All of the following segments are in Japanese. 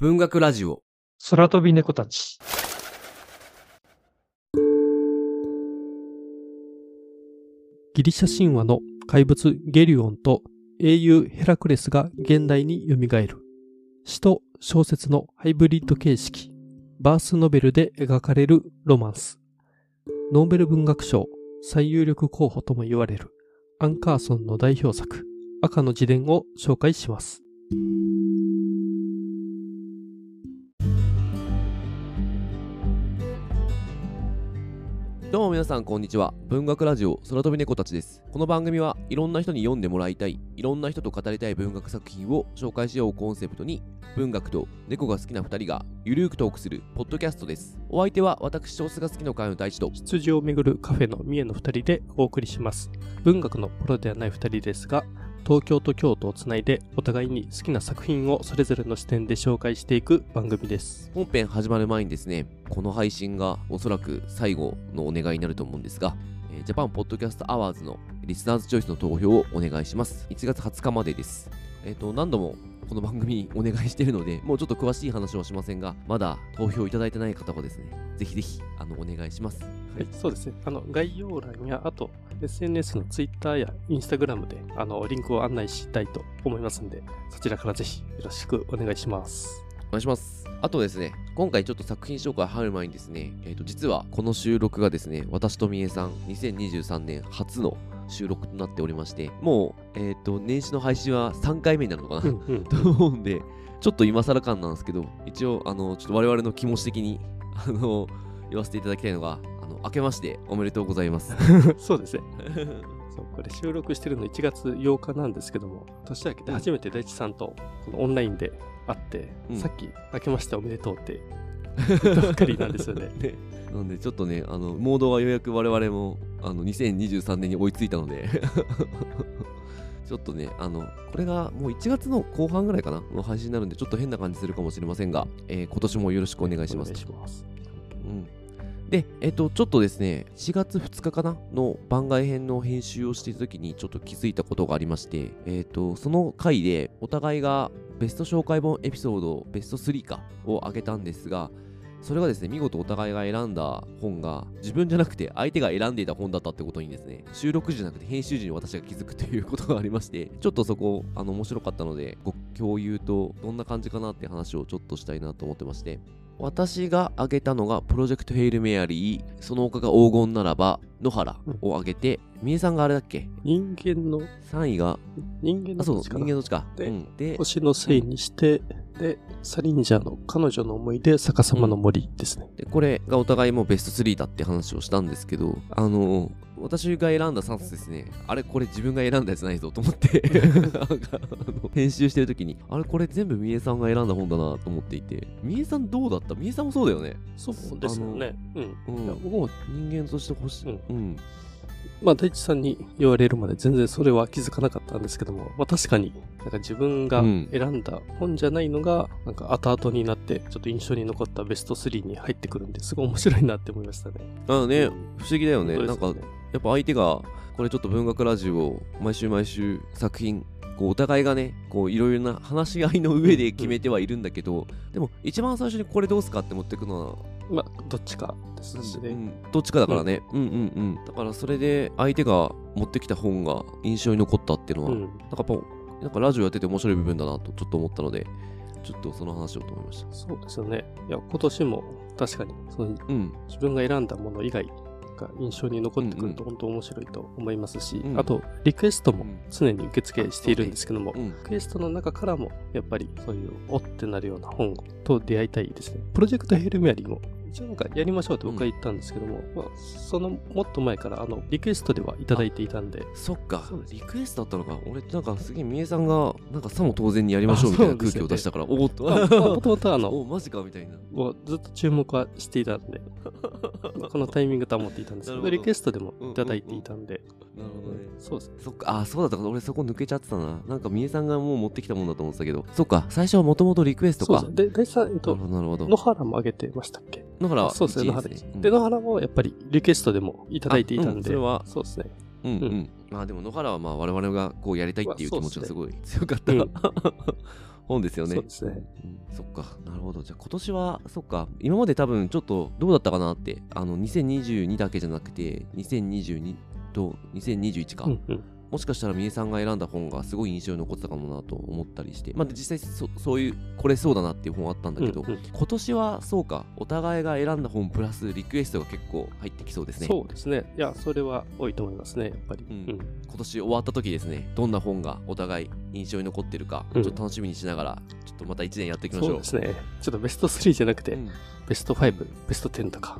文学ラジオ空飛び猫たち。ギリシャ神話の怪物ゲリオンと英雄ヘラクレスが現代によみがえる。詩と小説のハイブリッド形式、バースノベルで描かれるロマンス。ノーベル文学賞最有力候補とも言われるアンカーソンの代表作、赤の自伝を紹介します。 どうも皆さんこんにちは。文学ラジオ空飛び猫たちです。この番組はいろんな人に読んでもらいたい、いろんな人と語りたい文学作品を紹介しようコンセプトに、文学と猫が好きな2人がゆるーくトークするポッドキャストです。お相手は私少数が好きの会の大地と羊をめぐるカフェの三重の2人でお送りします。文学のプロではない2人ですが、東京と京都をつないでお互いに好きな作品をそれぞれの視点で紹介していく番組です。 本編始まる前にですね、この配信がおそらく最後のお願いになると思うんですが、ジャパンポッドキャストアワーズのリスナーズチョイスの投票をお願いします。1月20日までです。何度もこの番組にお願いしているので、もうちょっと詳しい話はしませんが、まだ投票いただいてない方はですね、ぜひぜひお願いします。 はい、そうですね。概要欄や、あと SNS の Twitter や Instagram でリンクを案内したいと思いますので、そちらからぜひよろしくお願いします。 お願いします。あとですね、今回ちょっと作品紹介入る前にですね、実はこの収録がですね、私とみえさん2023年初の収録となっておりまして、もう、年始の配信は3回目になるのかな、と思うんで、ちょっと今更感なんですけど、一応、ちょっと我々の気持ち的に、言わせていただきたいのが、明けましておめでとうございます。 そうですね。そう、これ収録してるの1月8日なんですけども、年明けて初めて大地さんとこのオンラインで会って、さっき明けましておめでとうって言ったばっかりなんですよね。 なんでちょっとね、モードはようやく我々も2023年に追いついたのでちょっとね、これがもう1月の後半ぐらいかなの配信になるんで、ちょっと変な感じするかもしれませんが、今年もよろしくお願いします。 お願いします。 で、ちょっとですね、4月2日かなの番外編の編集をしていた時にちょっと気づいたことがありまして、その回でお互いがベスト紹介本エピソードベスト3かを上げたんですが、それがですね、見事お互いが選んだ本が自分じゃなくて相手が選んでいた本だったってことにですね、収録時じゃなくて編集時に私が気づくということがありまして、ちょっとそこ面白かったのでご共有とどんな感じかなって話をちょっとしたいなと思ってまして、私が挙げたのがプロジェクトヘイルメアリー、その他が黄金ならば野原を挙げて、みえさんがあれだっけ、 人間の 3位が人間のそう人間の力で、星のせいにして、でサリンジャーの彼女の思い出逆さまの森ですね。 でこれがお互いもベスト3だって話をしたんですけど、私が選んだ3冊ですね、あれこれ自分が選んだやつないぞと思って編集してる時に、あれこれ全部みえさんが選んだ本だなと思っていて、みえさんどうだった？みえさんもそうだよね。 そうですよね。 僕も人間として欲しい。 まあ大地さんに言われるまで全然それは気づかなかったんですけども、確かになんか自分が選んだ本じゃないのがなんか後々になってちょっと印象に残ったベスト3に入ってくるんで、すごい面白いなって思いましたね。 不思議だよね。なんかやっぱ相手がこれちょっと文学ラジオを毎週作品こうお互いがねこういろいろな話し合いの上で決めてはいるんだけど、でも一番最初にこれどうすかって持ってくのはまあどっちかですしね、 どっちかだからね。だからそれで相手が持ってきた本が印象に残ったっていうのは、なんかラジオやってて面白い部分だなとちょっと思ったので、ちょっとその話をと思いました。 そうですよね。いや今年も確かにその、自分が選んだもの以外が印象に残ってくると本当面白いと思いますし、あとリクエストも常に受付しているんですけども、リクエストの中からもやっぱりそういうおってなるような本と出会いたいですね。プロジェクトヘイルメアリーも一応なんかやりましょうって僕は言ったんですけども、そのもっと前からリクエストではいただいていたんで。 そっか、リクエストだったのか。俺なんかすげえみえさんがなんかさも当然にやりましょうみたいな空気を出したから、おっともともとおマジかみたいなずっと注目はしていたんでこのタイミングとは思っていたんですけど、リクエストでもいただいていたんで。 なるほどね。 そうですね。 そっか、そうだったか。俺そこ抜けちゃってたな。なんかみえさんがもう持ってきたもんだと思ってたけど、そっか、最初はもともとリクエストか。 そうです。で、大地さん、 なるほど。 野原もあげてましたっけ？ 野原、 そうですね、野原。で、野原もやっぱりリクエストでもいただいていたんで、 それは、 そうですね。 まあでも野原はまあ我々がこうやりたいっていう気持ちがすごい強かった、本ですよね。 そうですね。 そっか、なるほど。じゃあ今年は、そっか、今まで多分ちょっとどうだったかなって、2022だけじゃなくて、2022と2021か。もしかしたら三重さんが選んだ本がすごい印象に残ってたかもなと思ったりして、まあ実際そういうこれそうだなっていう本あったんだけど、今年はそうか、お互いが選んだ本プラスリクエストが結構入ってきそうですね。 そうですね。いや、それは多いと思いますね、やっぱり。 今年終わった時ですね、どんな本がお互い印象に残ってるか、ちょっと楽しみにしながら、ちょっとまた1年やっていきましょう。 そうですね。ちょっとベスト3じゃなくて、ベスト5、ベスト10とか。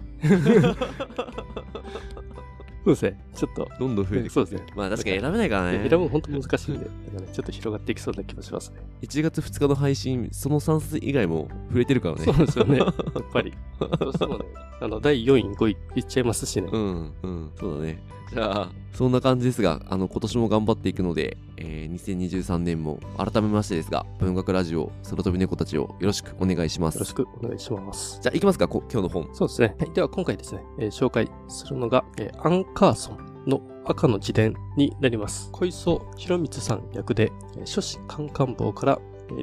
そうですね。ちょっと。 どんどん増えていく。 そうですね。 まあ確かに選べないからね。 選ぶの本当難しいんで、ちょっと広がっていきそうな気もしますね。 1月2日の配信、その算数以外も触れてるからね。 そうですよね。やっぱり。どうしてもね、第4位、5位いっちゃいますしね。 そうだね。じゃあ、そんな感じですが、今年も頑張っていくので、2023年も改めましてですが、文学ラジオ、空飛び猫たちをよろしくお願いします。 よろしくお願いします。 じゃあ、行きますか、今日の本。 そうですね。はい。では、今回ですね、紹介するのが、アン・カーソンの赤の自伝になります。小磯博光さん役で、書士官官房から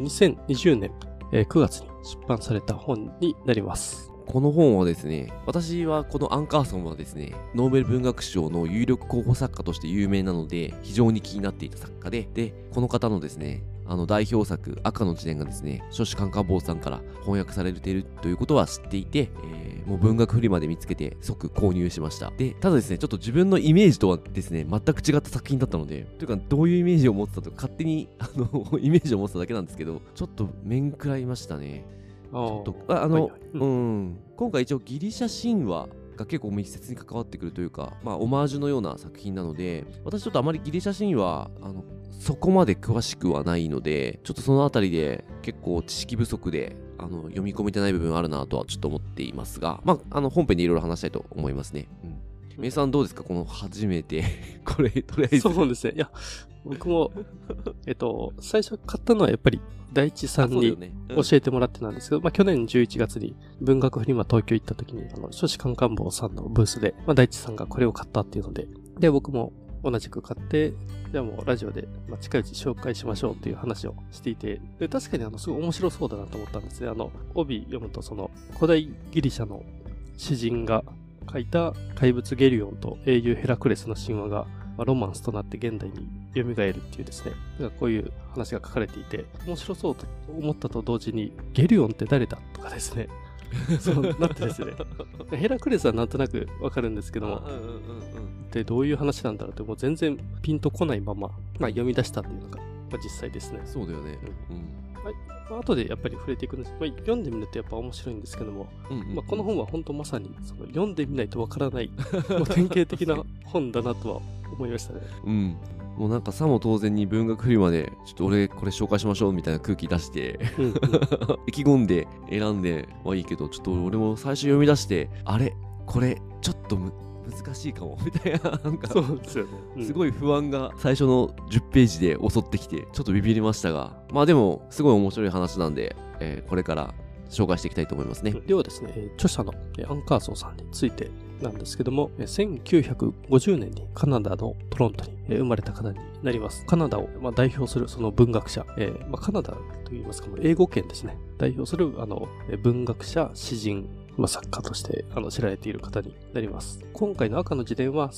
2020年9月に出版された本になります。 この本はですね、私はこのアン・カーソンはですね、ノーベル文学賞の有力候補作家として有名なので、非常に気になっていた作家で、この方のですね、代表作赤の自伝がですね、書士官官房さんから翻訳されているということは知っていて、もう文学フリマで見つけて即購入しました。で、ただですね、ちょっと自分のイメージとはですね、全く違った作品だったので、というかどういうイメージを持ってたとか、勝手にイメージを持ってただけなんですけど、ちょっと面食らいましたね。今回一応ギリシャ神話が結構密接に関わってくるというか、まあオマージュのような作品なので、私ちょっとあまりギリシャ神話そこまで詳しくはないので、ちょっとそのあたりで結構知識不足で読み込めてない部分あるなとはちょっと思っていますが、まあ本編でいろいろ話したいと思いますね。めいさんどうですか、この初めてこれとりあえず。 そうですね。いや、僕も最初買ったのはやっぱり大地さんに教えてもらってなんですけど、まあ去年11月に文学フリマ東京行った時に書士官官房さんのブースで、まあ大地さんがこれを買ったっていうので、僕も同じく買って、じゃあもうラジオで、近いうち紹介しましょうっていう話をしていて、で確かにすごい面白そうだなと思ったんですね。帯読むと古代ギリシャの詩人が書いた怪物ゲリオンと英雄ヘラクレスの神話が、ロマンスとなって現代に蘇るっていうですね、こういう話が書かれていて、面白そうと思ったと同時に、ゲリオンって誰だとかですね、そうなってですね、ヘラクレスはなんとなくわかるんですけども、でどういう話なんだろうって、もう全然ピンとこないまま、読み出したっていうのが、実際ですね。 そうだよね。 後でやっぱり触れていくんです。読んでみるとやっぱ面白いんですけども、この本は本当まさに読んでみないとわからない典型的な本だなとは思いましたね。 もうなんかさも当然に文学フリマでちょっと俺これ紹介しましょうみたいな空気出して意気込んで選んではいいけど、ちょっと俺も最初読み出してあれこれちょっと難しいかもみたいな、なんかそうですよね、 すごい不安が最初の10ページで襲ってきてちょっとビビりましたが、まあでもすごい面白い話なんで、これから紹介していきたいと思いますね。 ではですね、著者のアン・カーソンさんについてなんですけども、1950年にカナダのトロントに生まれた方になります。カナダを代表するその文学者、カナダといいますか英語圏ですね、代表する文学者、詩人、作家として知られている方になります。今回の赤の自伝は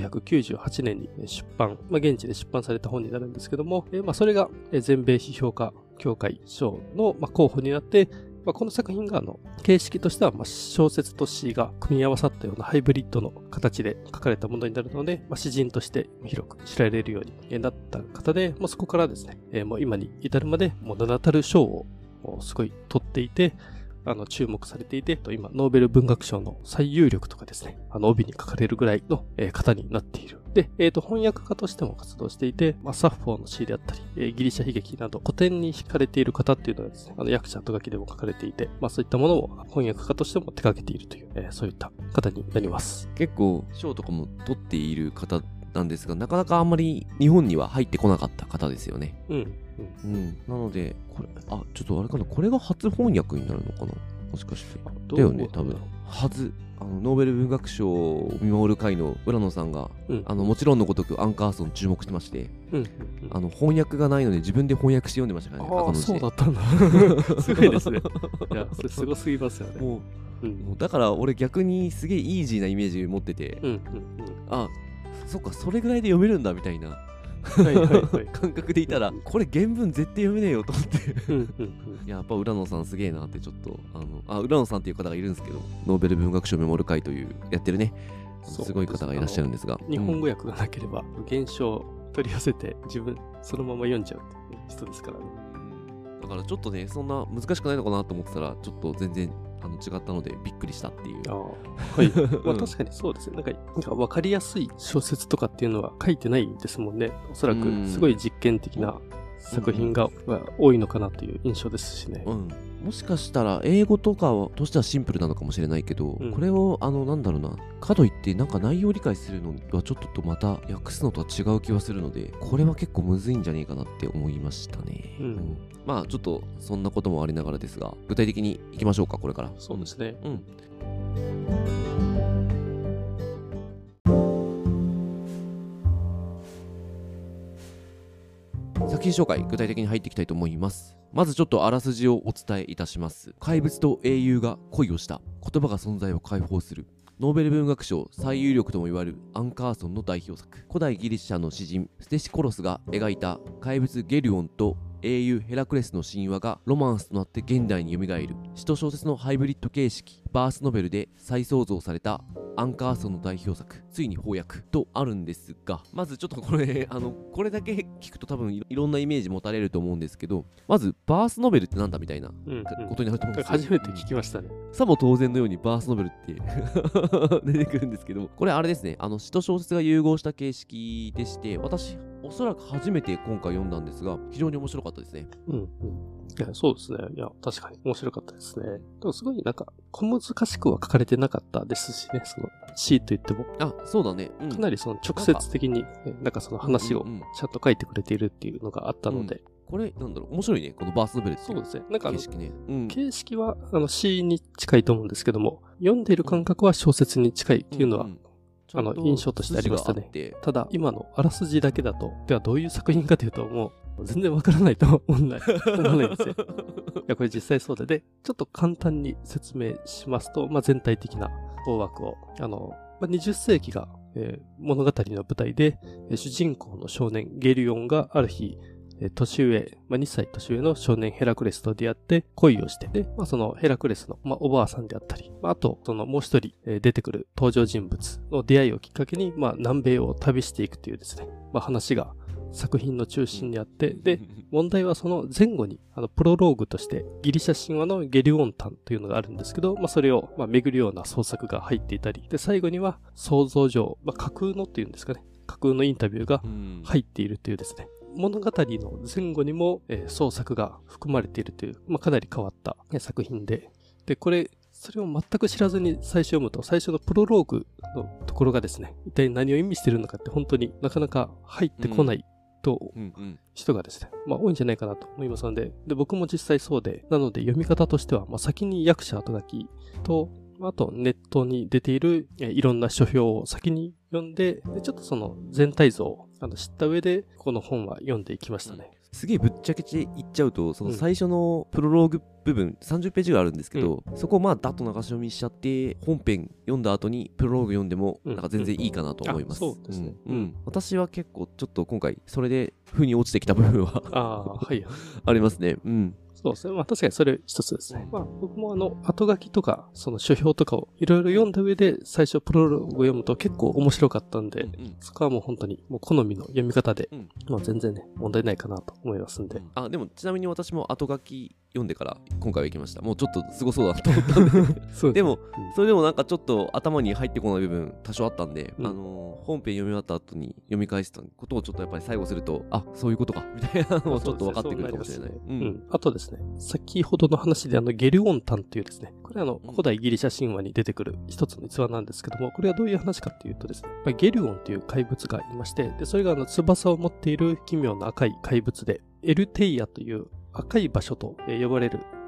1998年に出版、現地で出版された本になるんですけども、それが全米批評家協会賞の候補になって、この作品が形式としては小説と詩が組み合わさったようなハイブリッドの形で書かれたものになるので、詩人として広く知られるようになった方で、そこからですね、もう今に至るまでもう名だたる賞をすごい取っていて、注目されていて、今、ノーベル文学賞の最有力とかですね、帯に書かれるぐらいの方になっている。で、翻訳家としても活動していて、サッフォーの詩であったり、ギリシャ悲劇など古典に惹かれている方っていうのはですね、役者と書きでも書かれていて、そういったものを翻訳家としても手掛けているという、そういった方になります。 結構、賞とかも取っている方なんですが、なかなかあんまり日本には入ってこなかった方ですよね。なので、これ、ちょっとあれかな、これが初翻訳になるのかな。 もしかして。だよね、多分。はず。ノーベル文学賞を見守る会の浦野さんが、もちろんのごとくアンカーソン注目してまして、翻訳がないので自分で翻訳して読んでましたからね。 ああ、そうだったんだ。すごいですね。いや、それすごすぎますよね。もうだから俺逆にすげえイージーなイメージ持ってて、あ、そっか、それぐらいで読めるんだみたいな感覚でいたら、これ原文絶対読めねえよと思ってやっぱ浦野さんすげえなってちょっと浦野さんっていう方がいるんですけど、ノーベル文学賞メモる会というやってるね、すごい方がいらっしゃるんですが、 日本語訳がなければ原書取り寄せて自分そのまま読んじゃうっていう人ですからね。 だからちょっとね、そんな難しくないのかなと思ってたら、ちょっと全然違ったのでびっくりしたっていう。 はい。まあ確かにそうですね。なんか分かりやすい小説とかっていうのは書いてないですもんね。おそらくすごい実験的な作品が多いのかなという印象ですしね。 もしかしたら英語とかとしてはシンプルなのかもしれないけど、これをなんだろうな、かといってなんか内容を理解するのはちょっとまた訳すのとは違う気はするので、これは結構むずいんじゃねえかなって思いましたね。まあちょっとそんなこともありながらですが、具体的にいきましょうか、これから。 そうですね。 作品紹介、具体的に入っていきたいと思います。まずちょっとあらすじをお伝えいたします。怪物と英雄が恋をした。言葉が存在を解放する。ノーベル文学賞最有力とも言われるアンカーソンの代表作。古代ギリシャの詩人ステシコロスが描いた怪物ゲリオンと英雄ヘラクレスの神話がロマンスとなって現代に蘇る。詩と小説のハイブリッド形式、バースノベルで再創造されたアンカーソンの代表作、ついに翻訳とあるんですが、まずちょっとこれこれだけ聞くと多分いろんなイメージ持たれると思うんですけど、まずバースノベルってなんだみたいなことになると思うんですよ。 初めて聞きましたね。 さも当然のようにバースノベルって出てくるんですけど、これあれですね、詩と小説が融合した形式でして、私おそらく初めて今回読んだんですが、非常に面白かったですね。 いや、そうですね。いや、確かに面白かったですね。でもすごいなんか小難しくは書かれてなかったですしね、その詩と言っても。 そうだね。 かなりその直接的になんかその話をちゃんと書いてくれているっていうのがあったので。 これなんだろう、面白いね、このバースノベルって。 そうですね。なんか形式ね。 形式は詩に近いと思うんですけども、読んでいる感覚は小説に近いっていうのは、印象としてありましたね。ただ、今のあらすじだけだと、ではどういう作品かというと、もう全然わからないと思わないんですよ。いや、これ実際そうで、ちょっと簡単に説明しますと、全体的な大枠を、20世紀が、物語の舞台で、主人公の少年ゲリオンがある日、年上、2歳年上の少年ヘラクレスと出会って恋をして、で、そのヘラクレスの、おばあさんであったり、あと、そのもう一人、出てくる登場人物の出会いをきっかけに、南米を旅していくというですね、話が作品の中心にあって、で、問題はその前後に、プロローグとしてギリシャ神話のゲリオン譚というのがあるんですけど、それを、巡るような創作が入っていたり、で、最後には想像上、架空のっていうんですかね、架空のインタビューが入っているというですね、物語の前後にも、創作が含まれているという、かなり変わった、作品で、それを全く知らずに最初読むと、最初のプロローグのところがですね、一体何を意味しているのかって本当になかなか入ってこないと、人がですね、多いんじゃないかなと思いますので、僕も実際そうで、なので読み方としては、先に訳者後書きと、あとネットに出ているいろんな書評を先に読んで、ちょっとその全体像を知った上でこの本は読んでいきましたね。 すげえぶっちゃけ言っちゃうと、その最初のプロローグ部分、30ページがあるんですけど、そこをダッと流し読みしちゃって、本編読んだ後にプロローグ読んでも、なんか全然いいかなと思います。 そうですね。 私は結構ちょっと今回、それで風に落ちてきた部分はありますね。 そうですね。確かにそれ一つですね。僕も後書きとか、その書評とかをいろいろ読んだ上で最初プロローグを読むと結構面白かったんで、そこはもう本当にもう好みの読み方で、全然ね、問題ないかなと思いますんで。 でもちなみに私も後書き読んでから今回は行きました。もうちょっとすごそうだと思ったんで。でも、それでもなんかちょっと頭に入ってこない部分多少あったんで、本編読み終わった後に読み返したことをちょっとやっぱり最後すると、そういうことか、みたいなのをちょっと分かってくるかもしれない。 あとですね、先ほどの話でゲリオン譚というですね、これ古代ギリシャ神話に出てくる一つの逸話なんですけども、これはどういう話かっていうとですね、ゲリオンという怪物がいまして、で、それが翼を持っている奇妙な赤い怪物で、エルテイアという赤い場所と呼ばれる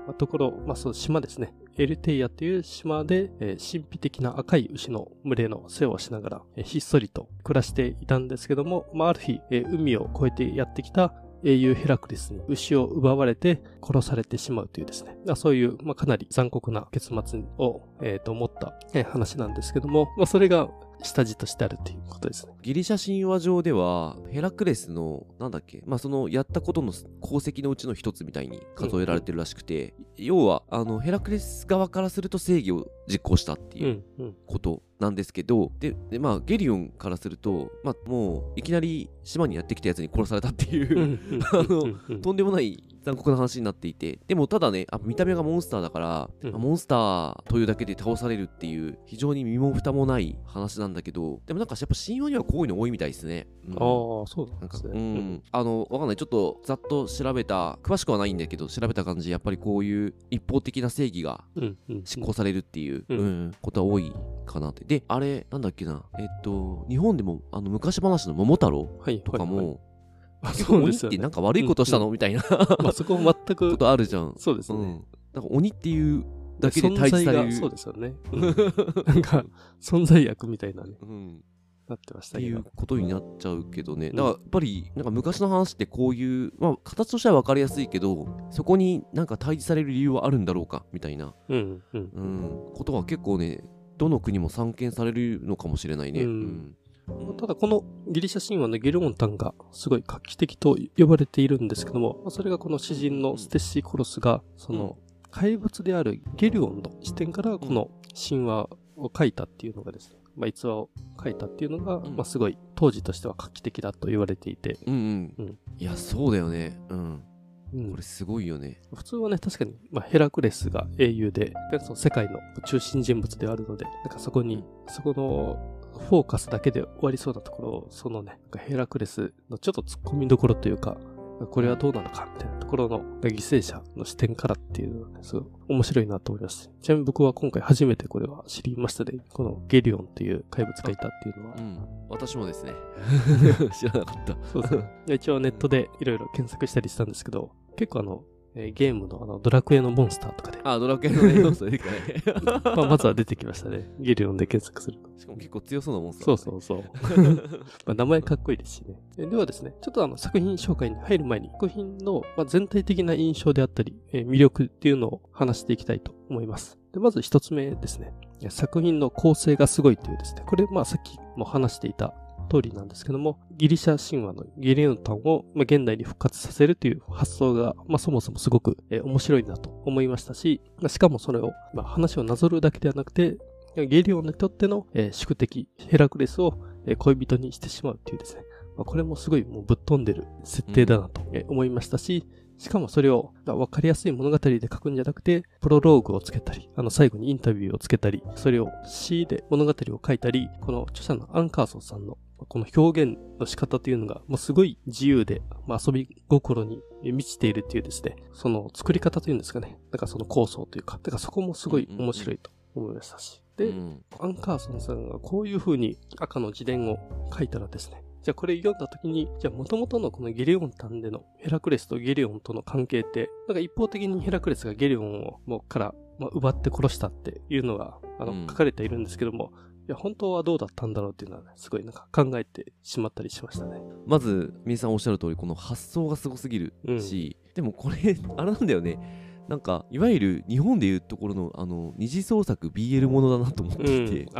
ところ、その島ですね。エルテイアという島で、神秘的な赤い牛の群れの世話をしながら、ひっそりと暮らしていたんですけども、ある日、海を越えてやってきた英雄ヘラクレスに牛を奪われて殺されてしまうというですね、そういう、かなり残酷な結末を、持った、話なんですけども、それが下地としてあるということですね。 ギリシャ神話上ではヘラクレスのそのやったことの功績のうちの一つみたいに数えられてるらしくて、要はヘラクレス側からすると正義を実行したっていうことなんですけど、でゲリオンからするともういきなり島にやってきたやつに殺されたっていうとんでもない残酷な話になっていて、でもただね、見た目がモンスターだから、モンスターというだけで倒されるっていう非常に身も蓋もない話なんだけど、でもやっぱ神話にはこういうの多いみたいですね。 そうなんですね。 わかんない、ちょっとざっと調べた、詳しくはないんだけど調べた感じ、やっぱりこういう一方的な正義が執行されるっていうことは多いかなって。で、あれなんだっけな、日本でも昔話の桃太郎とかも、鬼ってなんか悪いことしたのみたいなそこも全くことあるじゃん。 そうですね。 なんか鬼っていうだけで対峙される、 そうですよね。なんか存在役みたいなね、なってましたけど。 っていうことになっちゃうけどね。だからやっぱりなんか昔の話ってこういう形としては分かりやすいけど、そこになんか対峙される理由はあるんだろうかみたいなことは結構ね、どの国も散見されるのかもしれないね。 ただこのギリシャ神話のゲルモンタンがすごい画期的と呼ばれているんですけども、それがこの詩人のステッシコロスがその怪物であるゲリオンの視点からこの神話を書いたっていうのがですね、逸話を書いたっていうのが、すごい当時としては画期的だと言われていて、 いやそうだよね。これすごいよね。 普通はね、確かに、ヘラクレスが英雄で、その世界の中心人物であるので、なんかそこのフォーカスだけで終わりそうなところを、そのね、ヘラクレスのちょっと突っ込みどころというか、これはどうなのかみたいなところの犠牲者の視点からっていうのはね、すごい面白いなと思います。ちなみに僕は今回初めてこれは知りましたね。このゲリオンという怪物がいたっていうのは。 私もですね。知らなかった。 そうですね。一応ネットでいろいろ検索したりしたんですけど、結構ゲームのドラクエのモンスターとかで。 ドラクエのモンスターでかい。 まずは出てきましたね。ゲリオンで検索すると。 しかも結構強そうなモンスター、そう。名前かっこいいですしね。ではですね、ちょっと作品紹介に入る前に、作品の全体的な印象であったり、魅力っていうのを話していきたいと思います。で、まず一つ目ですね。作品の構成がすごいというですね。これ、さっきも話していた通りなんですけども、ギリシャ神話のゲリオンタンを現代に復活させるという発想が、そもそもすごく面白いなと思いましたし、しかもそれを、話をなぞるだけではなくて、ゲリオンにとっての宿敵ヘラクレスを恋人にしてしまうというですね、これもすごいもうぶっ飛んでる設定だなと思いましたし、しかもそれを分かりやすい物語で書くんじゃなくて、プロローグをつけたり、最後にインタビューをつけたり、それを詩で物語を書いたり、この著者のアンカーソンさんのこの表現の仕方というのがもうすごい自由で、遊び心に満ちているっていうですね、その作り方というんですかね、だからその構想というか、だからそこもすごい面白いと思いましたし、で、アンカーソンさんがこういう風に赤の自伝を書いたらですね、じゃあこれ読んだ時に、じゃあ元々のこのゲリオンタンでのヘラクレスとゲリオンとの関係って、なんか一方的にヘラクレスがゲリオンをもうから、奪って殺したっていうのが書かれているんですけども、いや本当はどうだったんだろうっていうのはね、すごいなんか考えてしまったりしましたね。 まずみえさんおっしゃる通り、この発想がすごすぎるし、でもこれあれなんだよね。なんかいわゆる日本でいうところの二次創作 BL ものだなと思っていて、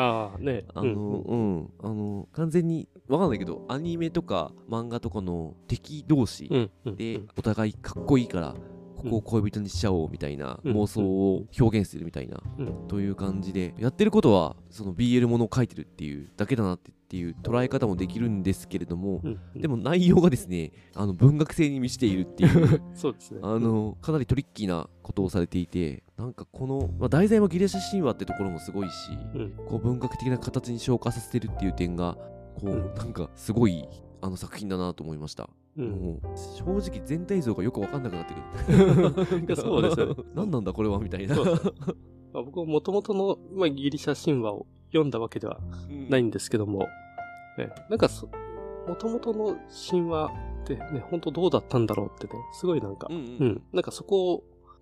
完全にわかんないけどアニメとか漫画とかの敵同士でお互いかっこいいからここを恋人にしちゃおうみたいな妄想を表現するみたいなという感じでやってることはその BL ものを書いてるっていうだけだなっていう捉え方もできるんですけれども、でも内容がですね文学性に満ちているっていうそうですね、 かなりトリッキーなことをされていて、なんかこの、題材もギリシャ神話ってところもすごいし、こう文学的な形に昇華させてるっていう点がこう、なんかすごい作品だなと思いました。もう正直全体像がよく分かんなくなってくるそうですよね何なんだこれはみたいな僕もともとのギリシャ神話を読んだわけではないんですけども、なんかもともとの神話ってね、本当どうだったんだろうってね、すごいなんか、なんかそこ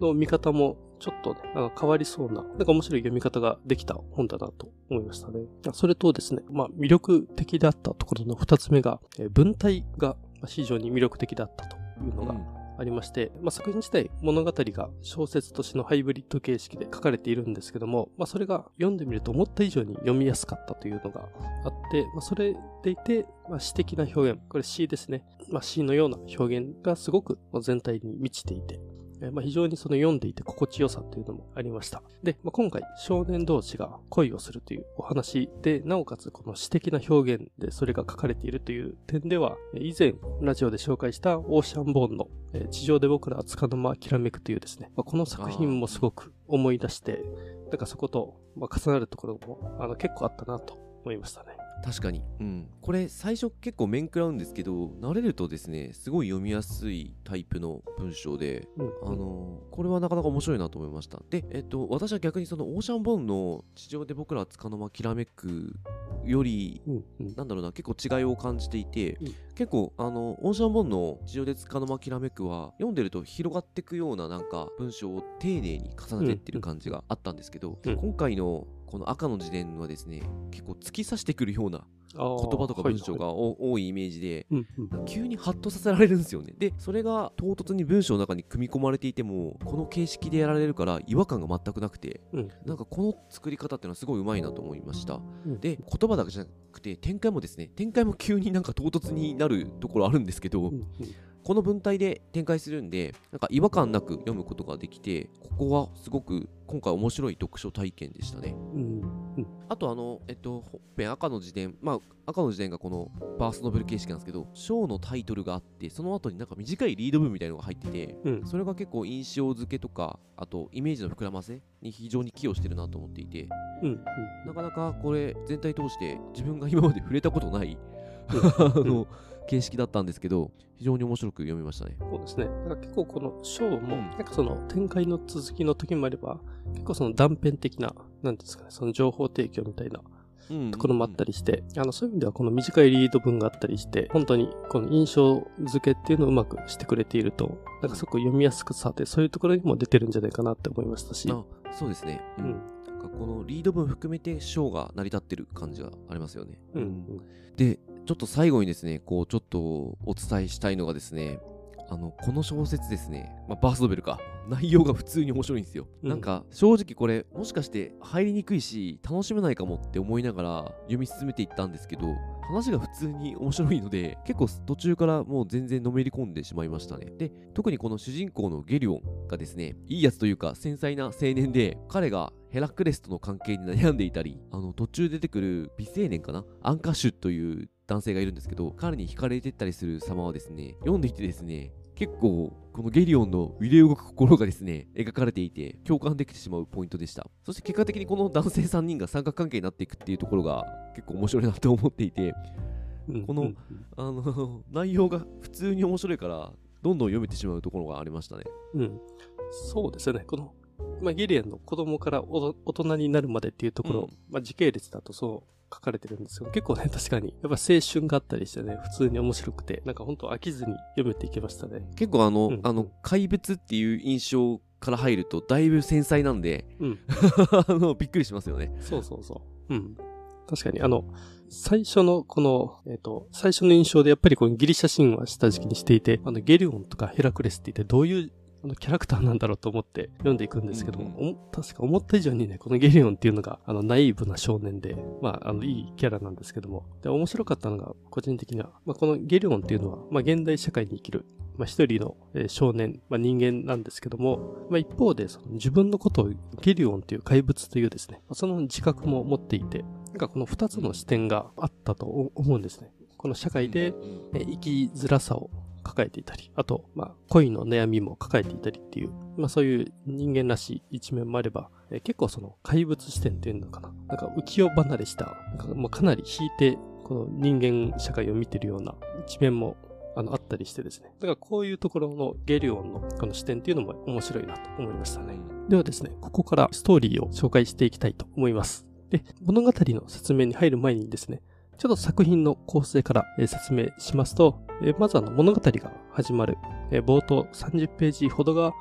の見方もちょっとね、変わりそうな、なんか面白い読み方ができた本だなと思いましたね。それとですね、魅力的だったところの2つ目が、文体が非常に魅力的だったというのがありまして、作品自体物語が小説と詩のハイブリッド形式で書かれているんですけども、それが読んでみると思った以上に読みやすかったというのがあって、それでいて、詩的な表現、これ詩ですね。詩のような表現がすごく全体に満ちていて、非常にその読んでいて心地よさというのもありました。で、今回少年同士が恋をするというお話で、なおかつこの詩的な表現でそれが書かれているという点では、以前ラジオで紹介したオーシャンボーンの地上で僕らは束の間きらめくというですね、この作品もすごく思い出して、なんかそこと重なるところも結構あったなと思いましたね。 確かに、これ最初結構面食らうんですけど、慣れるとですねすごい読みやすいタイプの文章で、これはなかなか面白いなと思いました。で、私は逆にそのオーシャンボーンの地上で僕ら束の間きらめくより、なんだろうな、結構違いを感じていて、結構オーシャンボーンの地上で束の間きらめくは読んでると広がっていくようななんか文章を丁寧に重ねていってる感じがあったんですけど、今回のこの赤の自伝はですね、結構突き刺してくるような言葉とか文章が多いイメージで、急にハッとさせられるんですよね。で、それが唐突に文章の中に組み込まれていても、この形式でやられるから違和感が全くなくて、なんかこの作り方っていうのはすごいうまいなと思いました。で、言葉だけじゃなくて展開もですね、展開も急になんか唐突になるところあるんですけど、この文体で展開するんで、なんか違和感なく読むことができて、ここはすごく今回面白い読書体験でしたね。あと本編赤の自伝、赤の自伝がこのバースノベル形式なんですけど、章のタイトルがあって、その後になんか短いリード文みたいなのが入ってて、それが結構印象付けとか、あとイメージの膨らませに非常に寄与してるなと思っていて、なかなかこれ全体通して自分が今まで触れたことない形式だったんですけど、非常に面白く読みましたね。 そうですね。だから結構この章も、なんかその展開の続きの時もあれば、結構その断片的な、なんですかね、その情報提供みたいなところもあったりして、そういう意味ではこの短いリード文があったりして、本当にこの印象付けっていうのをうまくしてくれていると、なんかすごく読みやすくさで、そういうところにも出てるんじゃないかなって思いましたし。 そうですね。なんかこのリード文含めて章が成り立ってる感じがありますよね。で、ちょっと最後にですね、こうちょっとお伝えしたいのがですね、この小説ですね、バースノベルか、内容が普通に面白いんですよ。なんか正直これもしかして入りにくいし楽しめないかもって思いながら読み進めていったんですけど、話が普通に面白いので結構途中からもう全然のめり込んでしまいましたね。で、特にこの主人公のゲリオンがですね、いいやつというか繊細な青年で、彼がヘラクレスとの関係に悩んでいたり、途中出てくる美青年かな、アンカシュという男性がいるんですけど、彼に惹かれてったりする様はですね、読んでいてですね、結構このゲリオンの揺れ動く心がですね描かれていて共感できてしまうポイントでした。そして結果的にこの男性3人が三角関係になっていくっていうところが結構面白いなと思っていて、この内容が普通に面白いからどんどん読めてしまうところがありましたね。 そうですね。このゲリオンの子供から大人になるまでっていうところ、時系列だとそう書かれてるんですけど、結構ね、確かにやっぱ青春があったりしてね、普通に面白くて、なんか本当飽きずに読めていけましたね。 結構怪物っていう印象から入るとだいぶ繊細なんで、びっくりしますよね。 そう。確かに最初のこの、最初の印象でやっぱりこのギリシャ神話下敷きにしていて、ゲリオンとかヘラクレスって言ってどういうキャラクターなんだろうと思って読んでいくんですけども、確か思った以上にね、このゲリオンっていうのがナイーブな少年で、いいキャラなんですけども、で面白かったのが個人的には、このゲリオンっていうのは、現代社会に生きる一人の少年、人間なんですけども、一方でその自分のことをゲリオンという怪物というですね、その自覚も持っていて、なんかこの2つの視点があったと思うんですね。この社会で生きづらさを抱えていたり、あと、恋の悩みも抱えていたりっていう、そういう人間らしい一面もあれば、結構その怪物視点っていうのかな。なんか浮世離れした、かなり引いて、この人間社会を見てるような一面もあったりしてですね。だからこういうところのゲリオンのこの視点っていうのも面白いなと思いましたね。ではですね、ここからストーリーを紹介していきたいと思います。で、物語の説明に入る前にですね、ちょっと作品の構成から説明しますと、まず物語が始まる冒頭30ページほどが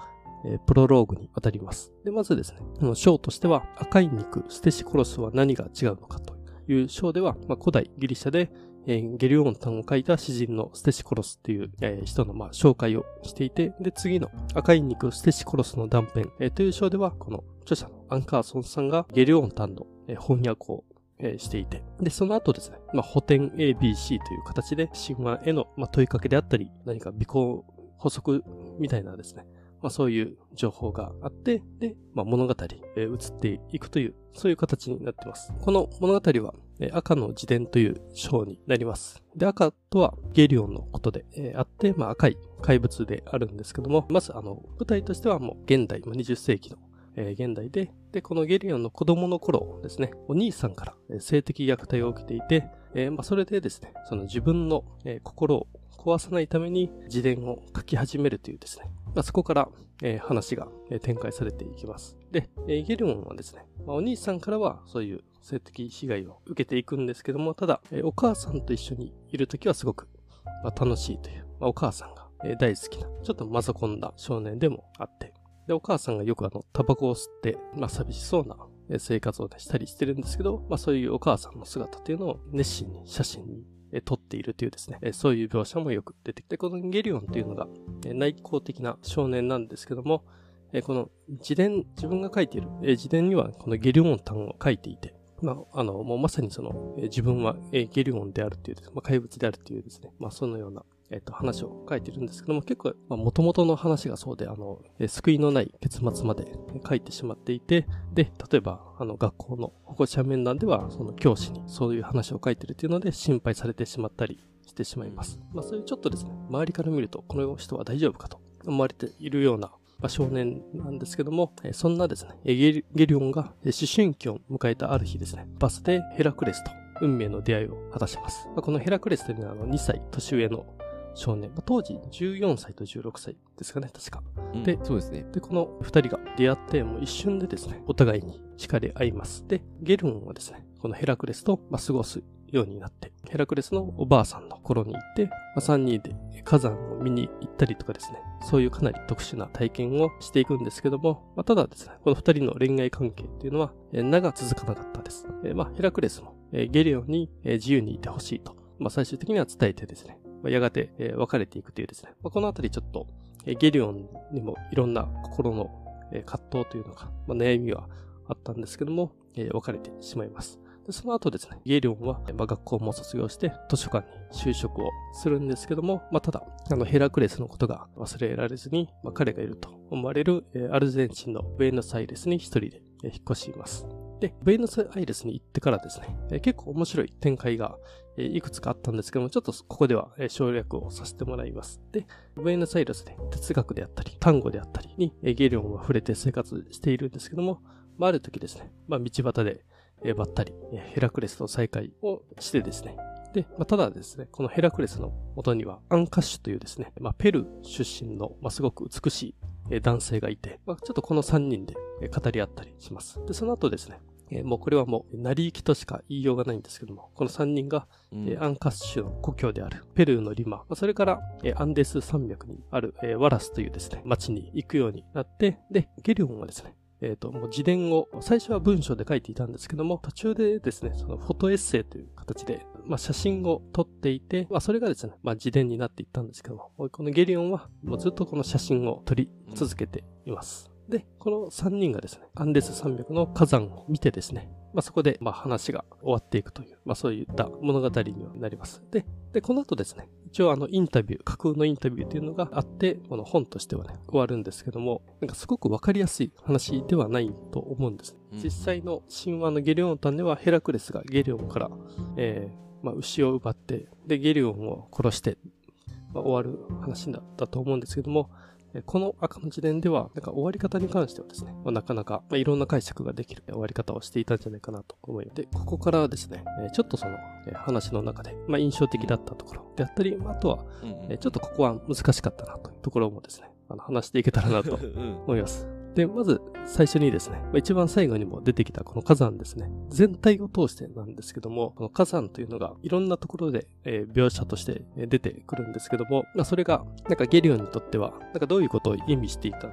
プロローグに当たります。で、まずですね、章としては、赤い肉、ステシコロスは何が違うのかという章では、古代ギリシャで、ゲリオンタンを書いた詩人のステシコロスっていう、人の紹介をしていて、で、次の赤い肉、ステシコロスの断片、という章では、この著者のアンカーソンさんがゲリオンタンの、翻訳をしていて、で、その後ですね、補填 ABC という形で神話への、問いかけであったり、何か尾行補足みたいなですね、そういう情報があって、で、物語、移っていくという、そういう形になっています。この物語は、赤の自伝という章になります。で、赤とはゲリオンのことで、あって、赤い怪物であるんですけども、まず舞台としてはもう現代、20世紀の現代で、このゲリオンの子供の頃ですね、お兄さんから性的虐待を受けていて、それでですね、その自分の心を壊さないために自伝を書き始めるというですね、そこから話が展開されていきます。で、ゲリオンはですね、お兄さんからはそういう性的被害を受けていくんですけども、ただ、お母さんと一緒にいるときはすごく楽しいという、お母さんが大好きな、ちょっとマザコンだ少年でもあって、で、お母さんがよくタバコを吸って、寂しそうな生活をしたりしてるんですけど、そういうお母さんの姿っていうのを熱心に写真に撮っているというですね、そういう描写もよく出てきて、このゲリオンというのが内向的な少年なんですけども、この自分が書いている自伝にはこのゲリオン譚を書いていて、もうまさにその自分はゲリオンであるという、怪物であるというですね、そのような話を書いてるんですけども、結構、元々の話がそうで、救いのない結末まで書いてしまっていて、で、例えば、学校の保護者面談では、その教師にそういう話を書いてるっていうので、心配されてしまったりしてしまいます。そういうちょっとですね、周りから見ると、この人は大丈夫かと思われているような、少年なんですけども、そんなですね、ゲリオンが思春期を迎えたある日ですね、バスでヘラクレスと運命の出会いを果たします。このヘラクレスというのは2歳年上の少年、当時14歳と16歳ですかね、確か。で、 そうですね。 で、この2人が出会って、もう一瞬でですね、お互いに惹かれ合います。で、ゲルンはですね、このヘラクレスと過ごすようになって、ヘラクレスのおばあさんの頃に行って、3人で火山を見に行ったりとかですね、そういうかなり特殊な体験をしていくんですけども、ただですね、この2人の恋愛関係っていうのは、長続かなかったです。ヘラクレスもゲリオンに自由にいてほしいと、最終的には伝えてですね、やがて別れていくというですね、このあたりちょっとゲリオンにもいろんな心の葛藤というのか、悩みはあったんですけども、別れてしまいます。で、その後ですね、ゲリオンは学校も卒業して図書館に就職をするんですけども、ただ、ヘラクレスのことが忘れられずに、彼がいると思われるアルゼンチンのブエノスアイレスに一人で引っ越します。で、ブエノスアイレスに行ってからですね、結構面白い展開がいくつかあったんですけども、ちょっとここでは省略をさせてもらいます。で、ブエノスアイレスで哲学であったり、単語であったりにゲリオンは触れて生活しているんですけども、ある時ですね、道端でばったりヘラクレスと再会をしてですね、で、ただですね、このヘラクレスの元にはアンカッシュというですね、ペルー出身のすごく美しい男性がいて、ちょっとこの3人で語り合ったりします。で、その後ですね、もうこれはもう成り行きとしか言いようがないんですけども、この3人が、アンカッシュの故郷であるペルーのリマ、それから、アンデス山脈にある、ワラスというですね、町に行くようになって、で、ゲリオンはですね、もう自伝を最初は文章で書いていたんですけども、途中でですね、そのフォトエッセイという形で、写真を撮っていて、それがですね、自伝になっていったんですけども、このゲリオンはもうずっとこの写真を撮り続けています。で、この3人がですね、アンデス山脈の火山を見てですね、そこで話が終わっていくという、そういった物語にはなります。で、この後ですね、一応インタビュー、架空のインタビューというのがあって、この本としてはね、終わるんですけども、すごくわかりやすい話ではないと思うんです。実際の神話のゲリオン譚ではヘラクレスがゲリオンから、牛を奪って、で、ゲリオンを殺して、終わる話だったと思うんですけども、この赤の自伝では、終わり方に関してはですね、なかなか、いろんな解釈ができる終わり方をしていたんじゃないかなと思います。で、ここからですね、ちょっとその、話の中で、印象的だったところであったり、あとは、ちょっとここは難しかったなというところもですね、話していけたらなと思います。で、まず最初にですね、一番最後にも出てきたこの火山ですね、全体を通してなんですけども、この火山というのがいろんなところで、描写として出てくるんですけども、それがゲリオンにとってはどういうことを意味していたのかな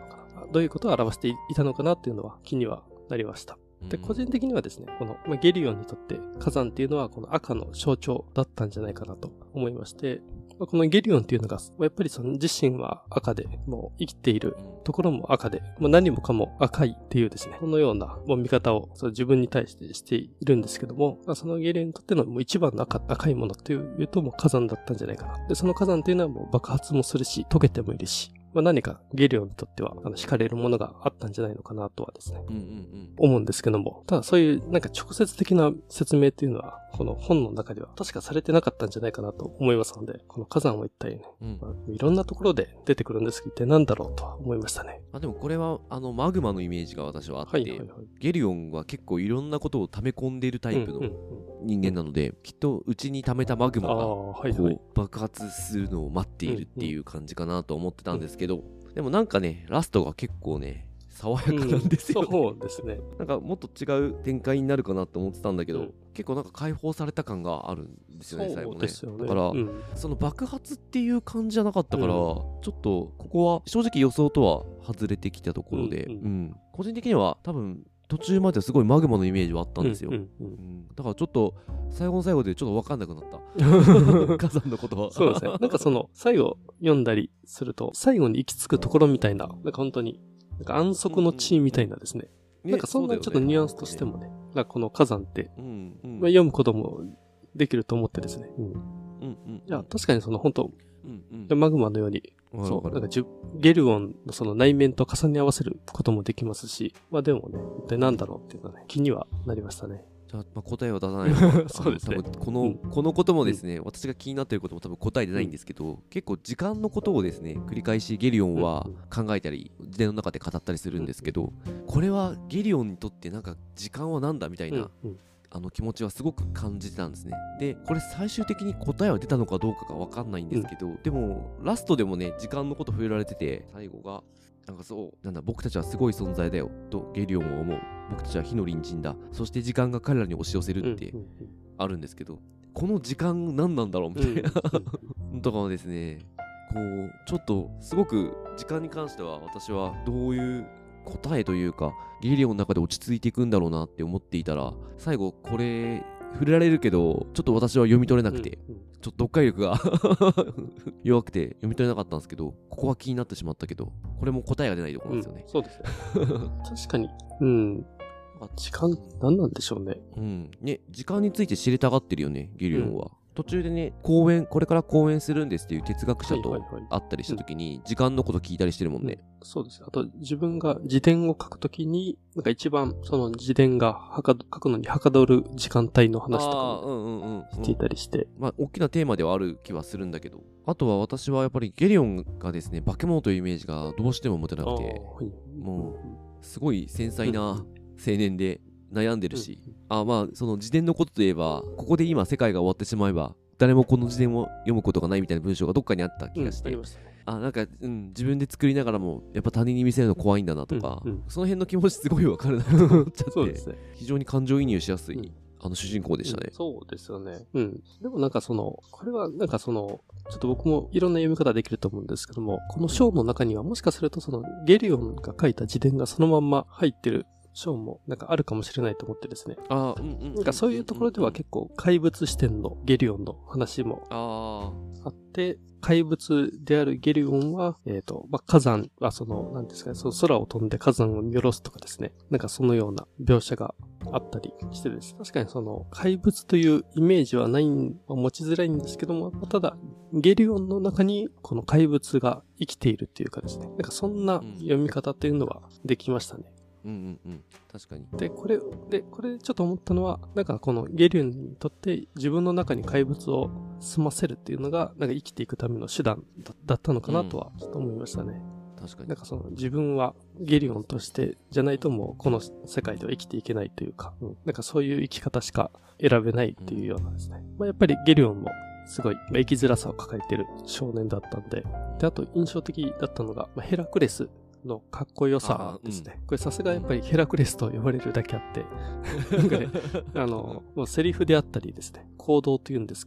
どういうことを表していたのかなっていうのは気にはなりました。で、個人的にはですね、この、ゲリオンにとって火山っていうのはこの赤の象徴だったんじゃないかなと思いまして、このゲリオンっていうのが、やっぱりその自身は赤で、もう生きているところも赤で、何もかも赤いっていうですね、このようなもう見方を自分に対してしているんですけども、そのゲリオンにとってのもう一番の赤いものというともう火山だったんじゃないかな。で、その火山っていうのはもう爆発もするし、溶けてもいるし、何かゲリオンにとっては惹かれるものがあったんじゃないのかなとはですね、思うんですけども、ただそういうなんか直接的な説明っていうのはこの本の中では確かされてなかったんじゃないかなと思いますので、この火山は一体ね、いろんなところで出てくるんですけど、一体何だろうとは思いましたね。 でもこれはマグマのイメージが私はあって、ゲリオンは結構いろんなことを溜め込んでいるタイプの人間なので、きっとうちに溜めたマグマがこう爆発するのを待っているっていう感じかなと思ってたんですけど、でもなんかね、ラストが結構ね、爽やかなんですよね。 そうですね。 なんかもっと違う展開になるかなと思ってたんだけど、結構なんか解放された感があるんですよね、最後ね。だから、その爆発っていう感じじゃなかったから、ちょっとここは正直予想とは外れてきたところで、個人的には多分途中まですごいマグマのイメージはあったんですよ。だからちょっと最後の最後でちょっと分かんなくなった火山のことは。 そうですね。なんかその最後読んだりすると最後に行き着くところみたいな、なんか本当になんか安息の地みたいなですね。なんかそんなちょっとニュアンスとしてもね、なんかこの火山って読むこともできると思ってですね。いや確かにその本当マグマのように、そう、なんかゲルオンのその内面と重ね合わせることもできますし、でもね、一体何だろうっていうのはね、気にはなりましたね。 じゃあ、答えは出さないのそうですね。 このこともですね、私が気になっていることも多分答えてないんですけど、結構時間のことをですね、繰り返しゲリオンは考えたり、自伝の中で語ったりするんですけど、これはゲリオンにとってなんか時間はなんだみたいな、気持ちはすごく感じてたんですね。で、これ最終的に答えは出たのかどうかが分かんないんですけど、でもラストでもね、時間のこと触れられてて、最後がなんか僕たちはすごい存在だよとゲリオンは思う。僕たちは火の隣人だ。そして時間が彼らに押し寄せるってあるんですけど、この時間何なんだろうみたいなとかもですね、こうちょっとすごく時間に関しては私はどういう答えというかゲリオンの中で落ち着いていくんだろうなって思っていたら、最後これ触れられるけどちょっと私は読み取れなくて、ちょっと読解力が弱くて読み取れなかったんですけど、ここは気になってしまったけど、これも答えが出ないところなんですよね。 そうですね。確かに。時間何なんでしょうね。 ね、時間について知りたがってるよね、ゲリオンは。途中でね、これから講演するんですっていう哲学者と会ったりした時に時間のこと聞いたりしてるもんね。 そうです。あと自分が自伝を書くときに、なんか一番その自伝が書くのにはかどる時間帯の話とかもしていたりして。 大きなテーマではある気はするんだけど、あとは私はやっぱりゲリオンがですね、化け物というイメージがどうしても持てなくて、もうすごい繊細な青年で悩んでるし、その自伝のことといえば、ここで今世界が終わってしまえば誰もこの自伝を読むことがないみたいな文章がどっかにあった気がして、なんか、自分で作りながらもやっぱ他人に見せるの怖いんだなとか、その辺の気持ちすごいわかるなと思っちゃって非常に感情移入しやすい、主人公でしたね。 そうですよね。でもなんかこれはなんかちょっと僕もいろんな読み方できると思うんですけども、この章の中にはもしかするとゲリオンが書いた自伝がそのまんま入ってる章もなんかあるかもしれないと思ってですね。なんかそういうところでは結構怪物視点のゲリオンの話もあって、怪物であるゲリオンは、火山はなんですかね、空を飛んで火山を見下ろすとかですね。なんかそのような描写があったりしてです。確かに怪物というイメージは持ちづらいんですけども、ただ、ゲリオンの中にこの怪物が生きているっていうかですね。なんかそんな読み方っていうのはできましたね。 確かに。 で、これちょっと思ったのは、なんかこのゲリオンにとって自分の中に怪物を住ませるっていうのが、なんか生きていくための手段だったのかなとはちょっと思いましたね。 確かに。 なんか自分はゲリオンとしてじゃないともうこの世界では生きていけないというか、なんかそういう生き方しか選べないっていうようなですね。やっぱりゲリオンもすごい生きづらさを抱えている少年だったんで、あと印象的だったのが、ヘラクレスのかっこよさですね。これさすがやっぱりヘラクレスと呼ばれるだけあって、なんかね、もうセリフであったりですね、行動というんですかね。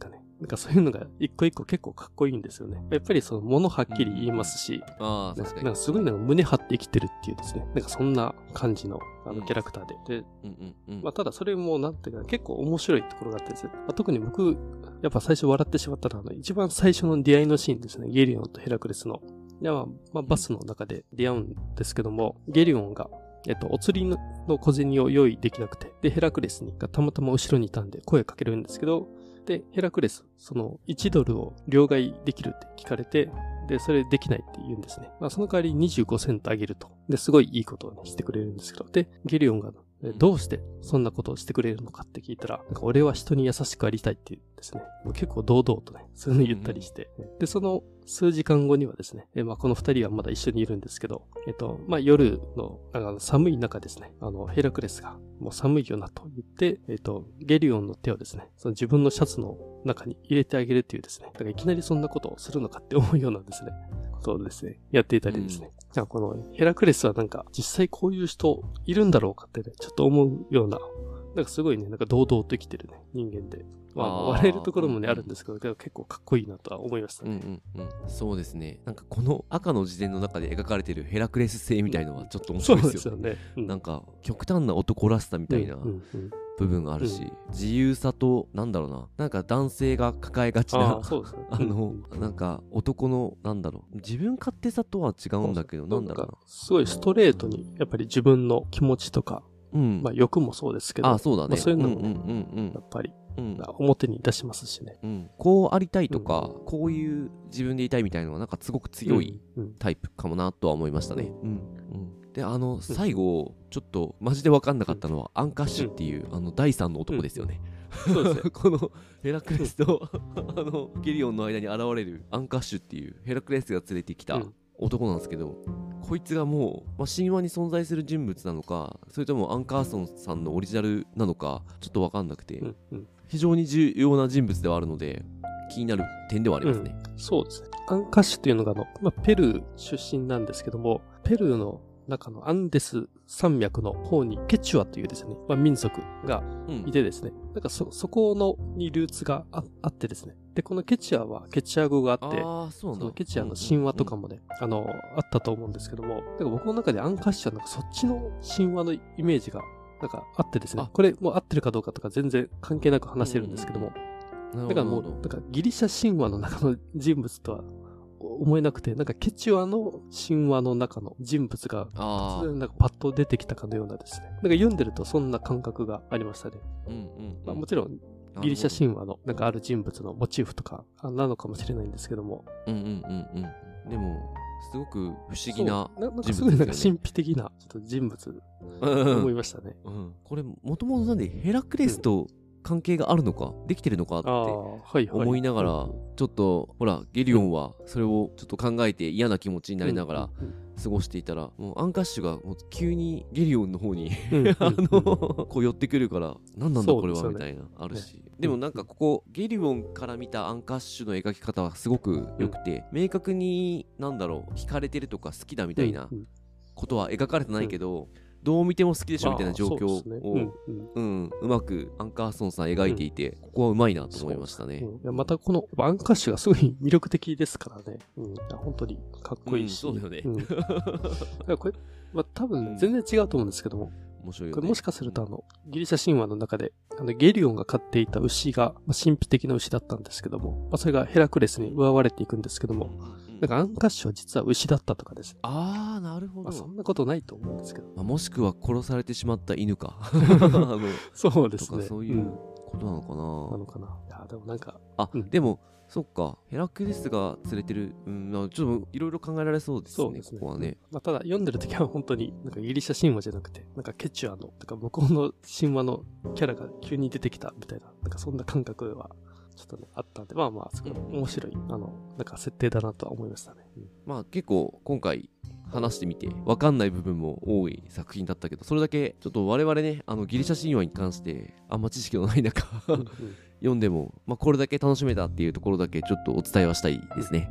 なんかそういうのが一個一個結構かっこいいんですよね。やっぱりその物はっきり言いますし、 確かに。 なんかすごいなんか胸張って生きてるっていうですね、なんかそんな感じのキャラクターで。で、ただそれもなんていうか結構面白いところがあってですね、特に僕、やっぱ最初笑ってしまったのは一番最初の出会いのシーンですね、ゲリオンとヘラクレスの。いやバスの中で出会うんですけども、ゲリオンがお釣りの小銭を用意できなくて、で、ヘラクレスがたまたま後ろにいたんで声かけるんですけど、で、ヘラクレス、その1ドルを両替できるって聞かれて、で、それできないって言うんですね。その代わり25セントあげると。で、すごいいいことをね、してくれるんですけど、で、ゲリオンがどうしてそんなことをしてくれるのかって聞いたら、なんか俺は人に優しくありたいって言うんですね。結構堂々とね、そういうの言ったりして。で、その数時間後にはですね、この二人はまだ一緒にいるんですけど、夜の寒い中ですね、ヘラクレスがもう寒いよなと言って、ゲリオンの手をですね、その自分のシャツの中に入れてあげるっていうですね、だからいきなりそんなことをするのかって思うようなですね、ことをですね、やっていたりですね。このヘラクレスはなんか実際こういう人いるんだろうかってね、ちょっと思うような、なんかすごいね、なんか堂々と生きてるね、人間で。笑えるところもね、あるんですけど、結構かっこいいなとは思いましたね。 そうですね。なんかこの赤の辞典の中で描かれてるヘラクレス性みたいのはちょっと面白いですよね。そうですよね。なんか極端な男らしさみたいな部分があるし、自由さと、なんだろうな、なんか男性が抱えがちな、なんか男の、なんだろう、自分勝手さとは違うんだけど、なんだろうな。 すごいストレートに、やっぱり自分の気持ちとか、欲もそうですけど、 そうだね。 そういうのもね、やっぱり、表に出しますしね。 こうありたいとか、こういう自分でいたいみたいなのは、なんかすごく強いタイプかもなとは思いましたね。で、最後、ちょっとマジで分かんなかったのは、アンカッシュっていう、第3の男ですよね。そうですね。このヘラクレスとゲリオンの間に現れるアンカッシュっていうヘラクレスが連れてきた男なんですけど、こいつがもう、神話に存在する人物なのか、それともアンカーソンさんのオリジナルなのか、ちょっと分かんなくて、非常に重要な人物ではあるので、気になる点ではありますね。 そうですね。アンカッシュというのがペルー出身なんですけども、ペルーの中のアンデス山脈の方にケチュアというですね、民族がいてですね、なんかそこにルーツがあってですね。で、このケチュアはケチュア語があって、そのケチュアの神話とかもね、あったと思うんですけども、なんか僕の中でアンカッシュはなんかそっちの神話のイメージがなんかあってですね、これもう合ってるかどうかとか全然関係なく話せるんですけども、だからもう、なんかギリシャ神話の中の人物とは思えなくて、なんかケチュアの神話の中の人物が突然なんかパッと出てきたかのようなですね。なんか読んでるとそんな感覚がありましたね。もちろんギリシャ神話のなんかある人物のモチーフとかなのかもしれないんですけども。 でもすごく不思議な人物ですよね。 なんかすごいなんか神秘的なちょっと人物思いましたね。 これもともとなんでヘラクレスと関係があるのかできてるのかって思いながら、ちょっとほらゲリオンはそれをちょっと考えて嫌な気持ちになりながら過ごしていたら、もうアンカッシュがもう急にゲリオンの方にこう寄ってくるから、何なんだこれはみたいなあるし、でもなんかここゲリオンから見たアンカッシュの描き方はすごく良くて、明確になんだろう惹かれてるとか好きだみたいなことは描かれてないけど、どう見ても好きでしょみたいな状況をうまくアンカーソンさん描いていて、ここはうまいなと思いましたね。 またこのアンカッシュがすごい魅力的ですからね。本当にかっこいいし。 そうだよね。 これ多分全然違うと思うんですけども、 面白いよね。 これもしかするとギリシャ神話の中でゲリオンが飼っていた牛が神秘的な牛だったんですけども、それがヘラクレスに奪われていくんですけども、なんかアンカッシュは実は牛だったとかですね。 なるほど。 そんなことないと思うんですけど。 もしくは殺されてしまった犬か。 そうですね。 そういうことなのかな。 なのかな。いやでもなんかでもそっか、ヘラクレスが連れてる、ちょっといろいろ考えられそうですね。ここはね。 ただ読んでる時は本当になんかギリシャ神話じゃなくて、なんかケチュアのとか向こうの神話のキャラが急に出てきたみたいな、なんかそんな感覚はちょっとねあったんで、すごい面白いなんか設定だなとは思いましたね。 結構今回話してみて分かんない部分も多い作品だったけど、それだけちょっと我々ねギリシャ神話に関してあんま知識のない中読んでも、これだけ楽しめたっていうところだけちょっとお伝えはしたいですね。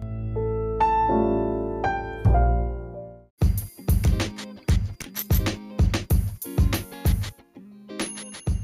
じゃあ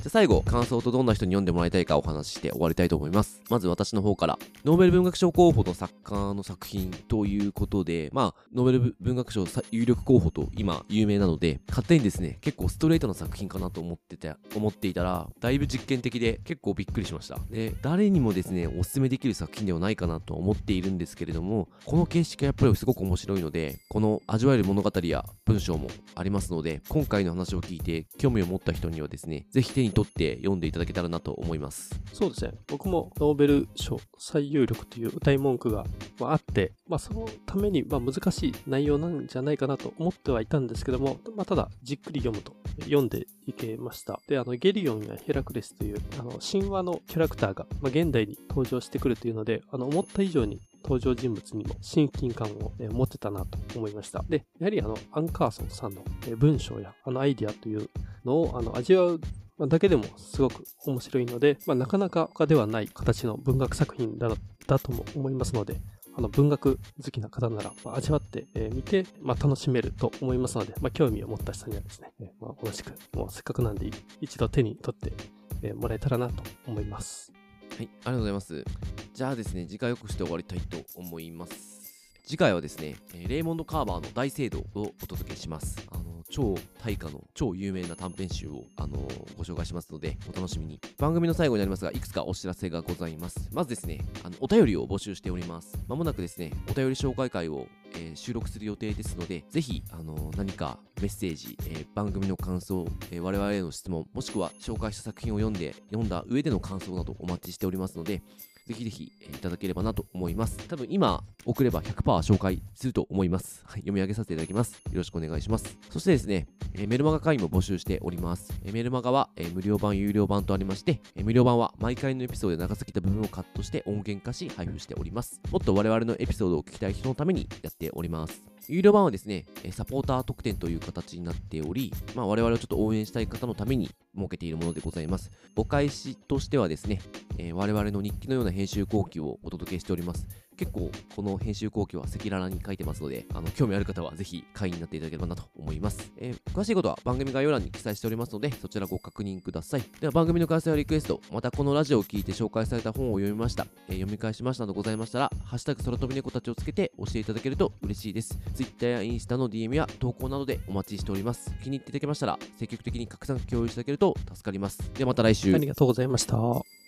で最後、感想とどんな人に読んでもらいたいかお話しして終わりたいと思います。まず私の方から、ノーベル文学賞候補の作家の作品ということで、ノーベル文学賞有力候補と今有名なので、勝手にですね、結構ストレートな作品かなと思っていたら、だいぶ実験的で結構びっくりしました。で、誰にもですね、おすすめできる作品ではないかなと思っているんですけれども、この形式がやっぱりすごく面白いので、この味わえる物語や文章もありますので、今回の話を聞いて興味を持った人にはですね、ぜひ手に取って読んでいただけたらなと思います。 そうですね。僕もノーベル賞最有力という歌い文句があって、そのために難しい内容なんじゃないかなと思ってはいたんですけども、ただじっくり読んでいけました。で、ゲリオンやヘラクレスという神話のキャラクターが、現代に登場してくるというので、思った以上に登場人物にも親近感を持てたなと思いました。で、やはりアンカーソンさんの文章やアイディアというのを味わうだけでもすごく面白いので、なかなか他ではない形の文学作品だとも思いますので、文学好きな方なら味わってみて楽しめると思いますので、興味を持った人にはですね、同じくせっかくなんで一度手に取ってもらえたらなと思います。 はい、ありがとうございます。じゃあですね、次回よくして終わりたいと思います。次回はですね、レイモンド・カーバーの大聖堂をお届けします。超大家の超有名な短編集をご紹介しますのでお楽しみに。番組の最後になりますが、いくつかお知らせがございます。まずですね、お便りを募集しております。まもなくですね、お便り紹介会を収録する予定ですので、ぜひ何かメッセージ、番組の感想、我々への質問、もしくは紹介した作品を読んだ上での感想などお待ちしておりますので、ぜひぜひいただければなと思います。多分今送れば 100% 紹介すると思います。読み上げさせていただきます。よろしくお願いします。そしてですね、メルマガ会も募集しております。メルマガは無料版、有料版とありまして、無料版は毎回のエピソードで長すぎた部分をカットして音源化し配布しております。もっと我々のエピソードを聞きたい人のためにやっております。有料版はですね、サポーター特典という形になっており、我々をちょっと応援したい方のために設けているものでございます。お返しとしてはですね、我々の日記のような編集後期をお届けしております。結構この編集後期は赤裸々に書いてますので、興味ある方はぜひ会員になっていただければなと思います。詳しいことは番組概要欄に記載しておりますので、そちらご確認ください。では番組の感想やリクエスト、またこのラジオを聞いて紹介された本を読みました、読み返しましたなどございましたら、ハッシュタグ空飛び猫たちをつけて教えていただけると嬉しいです。Twitter やインスタの DM や投稿などでお待ちしております。気に入っていただけましたら、積極的に拡散共有していただけると助かります。ではまた来週。 ありがとうございました。